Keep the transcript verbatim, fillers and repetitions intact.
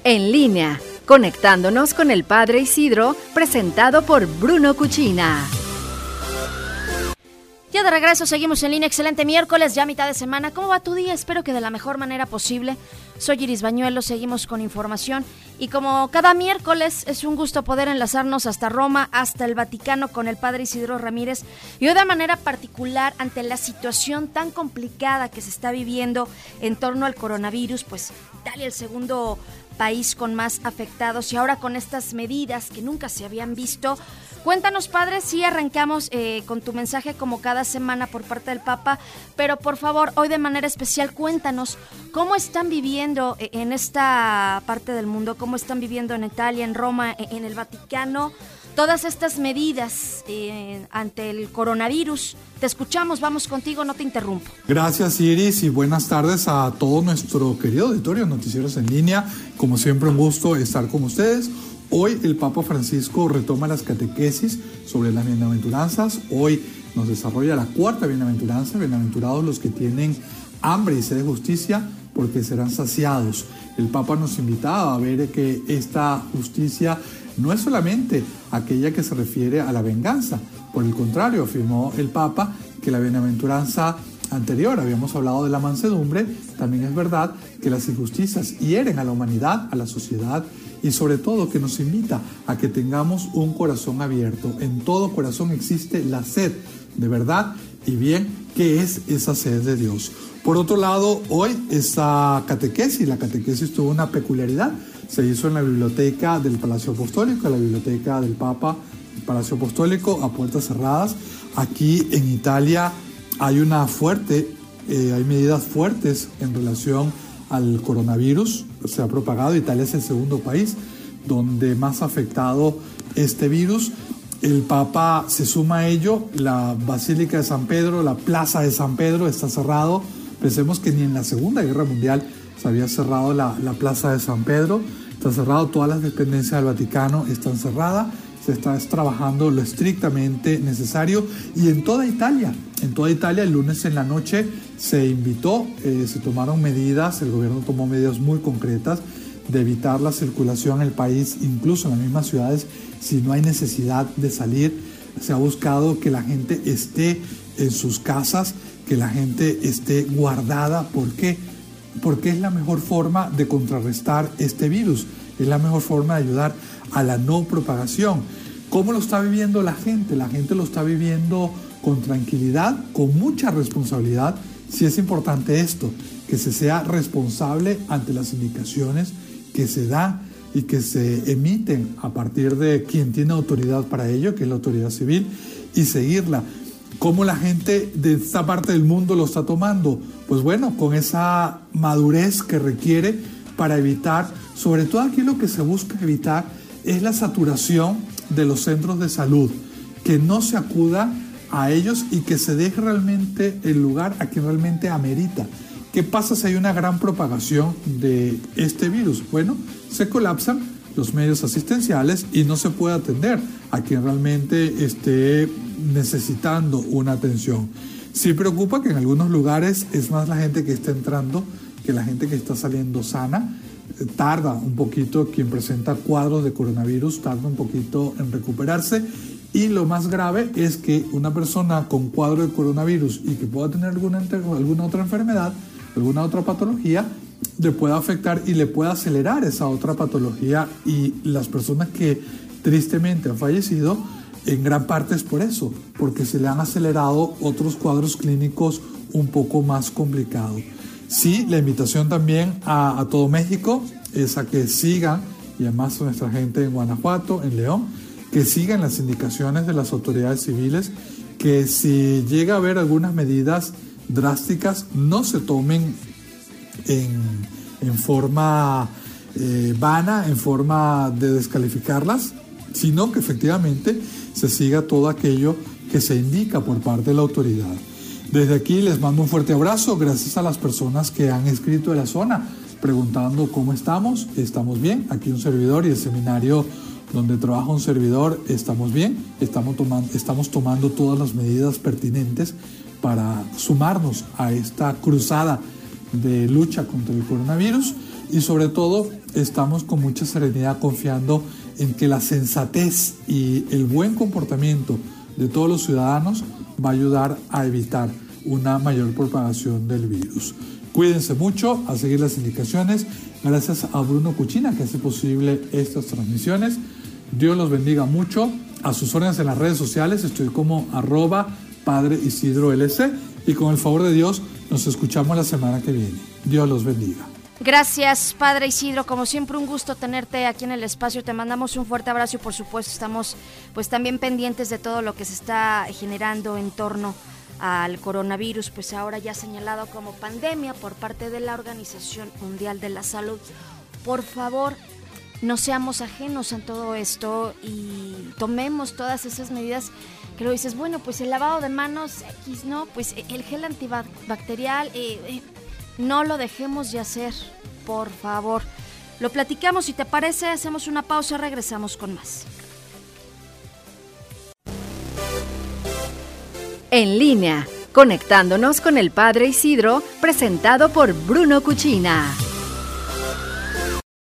En línea, conectándonos con el Padre Isidro, presentado por Bruno Cucina. Ya de regreso, seguimos en línea. Excelente miércoles, ya mitad de semana. ¿Cómo va tu día? Espero que de la mejor manera posible. Soy Iris Bañuelo, seguimos con información. Y como cada miércoles, es un gusto poder enlazarnos hasta Roma, hasta el Vaticano con el Padre Isidro Ramírez. Y hoy de manera particular, ante la situación tan complicada que se está viviendo en torno al coronavirus, pues Italia, el segundo país con más afectados, y ahora con estas medidas que nunca se habían visto. Cuéntanos, Padre, si arrancamos eh, con tu mensaje como cada semana por parte del Papa, pero por favor, hoy de manera especial, cuéntanos cómo están viviendo en esta parte del mundo, cómo están viviendo en Italia, en Roma, en el Vaticano, todas estas medidas eh, ante el coronavirus. Te escuchamos, vamos contigo, no te interrumpo. Gracias, Iris, y buenas tardes a todo nuestro querido auditorio Noticieros en Línea. Como siempre, un gusto estar con ustedes. Hoy el Papa Francisco retoma las catequesis sobre las bienaventuranzas. Hoy nos desarrolla la cuarta bienaventuranza: bienaventurados los que tienen hambre y sed de justicia, porque serán saciados. El Papa nos invitaba a ver que esta justicia no es solamente aquella que se refiere a la venganza. Por el contrario, afirmó el Papa que la bienaventuranza anterior, habíamos hablado de la mansedumbre, también es verdad que las injusticias hieren a la humanidad, a la sociedad, y sobre todo que nos invita a que tengamos un corazón abierto. En todo corazón existe la sed de verdad y bien, ¿qué es esa sed de Dios? Por otro lado, hoy esa catequesis, la catequesis tuvo una peculiaridad. Se hizo en la biblioteca del Palacio Apostólico, la biblioteca del Papa, el Palacio Apostólico, a puertas cerradas. Aquí en Italia hay una fuerte, eh, hay medidas fuertes en relación al coronavirus. Se ha propagado. Italia es el segundo país donde más ha afectado este virus. El Papa se suma a ello. La Basílica de San Pedro, la Plaza de San Pedro está cerrado. Pensemos que ni en la Segunda Guerra Mundial se había cerrado la, la Plaza de San Pedro. Está cerrado, todas las dependencias del Vaticano están cerradas. Se está trabajando lo estrictamente necesario. Y en toda Italia, en toda Italia, el lunes en la noche se invitó, eh, se tomaron medidas, el gobierno tomó medidas muy concretas de evitar la circulación en el país, incluso en las mismas ciudades, si no hay necesidad de salir. Se ha buscado que la gente esté en sus casas, que la gente esté guardada. ¿Por qué? Porque es la mejor forma de contrarrestar este virus, es la mejor forma de ayudar a la no propagación. ¿Cómo lo está viviendo la gente? La gente lo está viviendo con tranquilidad, con mucha responsabilidad. Sí es importante esto, que se sea responsable ante las indicaciones que se dan y que se emiten a partir de quien tiene autoridad para ello, que es la autoridad civil, y seguirla. ¿Cómo la gente de esta parte del mundo lo está tomando? Pues bueno, con esa madurez que requiere para evitar, sobre todo aquí lo que se busca evitar es la saturación de los centros de salud, que no se acuda a ellos y que se deje realmente el lugar a quien realmente amerita. ¿Qué pasa si hay una gran propagación de este virus? Bueno, se colapsan los medios asistenciales y no se puede atender a quien realmente esté necesitando una atención. Sí preocupa que en algunos lugares es más la gente que está entrando que la gente que está saliendo sana. Tarda un poquito, quien presenta cuadros de coronavirus tarda un poquito en recuperarse, y lo más grave es que una persona con cuadro de coronavirus y que pueda tener alguna, alguna otra enfermedad, alguna otra patología, le pueda afectar y le pueda acelerar esa otra patología, y las personas que tristemente han fallecido en gran parte es por eso, porque se le han acelerado otros cuadros clínicos un poco más complicados. Sí, la invitación también a, a todo México es a que sigan, y además a nuestra gente en Guanajuato, en León, que sigan las indicaciones de las autoridades civiles, que si llega a haber algunas medidas drásticas, no se tomen en, en forma eh, vana, en forma de descalificarlas, sino que efectivamente se siga todo aquello que se indica por parte de la autoridad. Desde aquí les mando un fuerte abrazo, gracias a las personas que han escrito de la zona preguntando cómo estamos. Estamos bien, aquí un servidor y el seminario donde trabaja un servidor, estamos bien, estamos tomando, estamos tomando todas las medidas pertinentes para sumarnos a esta cruzada de lucha contra el coronavirus y sobre todo estamos con mucha serenidad confiando en que la sensatez y el buen comportamiento de todos los ciudadanos va a ayudar a evitar una mayor propagación del virus. Cuídense mucho, a seguir las indicaciones. Gracias a Bruno Cucina que hace posible estas transmisiones. Dios los bendiga mucho. A sus órdenes en las redes sociales estoy como arroba Padre Isidro L C y con el favor de Dios nos escuchamos la semana que viene. Dios los bendiga. Gracias, Padre Isidro, como siempre un gusto tenerte aquí en el espacio, te mandamos un fuerte abrazo y por supuesto estamos pues también pendientes de todo lo que se está generando en torno al coronavirus, pues ahora ya señalado como pandemia por parte de la Organización Mundial de la Salud. Por favor, no seamos ajenos a todo esto y tomemos todas esas medidas que lo dices, bueno, pues el lavado de manos X, ¿no? Pues el gel antibacterial, eh, eh, no lo dejemos de hacer, por favor. Lo platicamos, si te parece, hacemos una pausa, regresamos con más. En línea, conectándonos con el Padre Isidro, presentado por Bruno Cucina.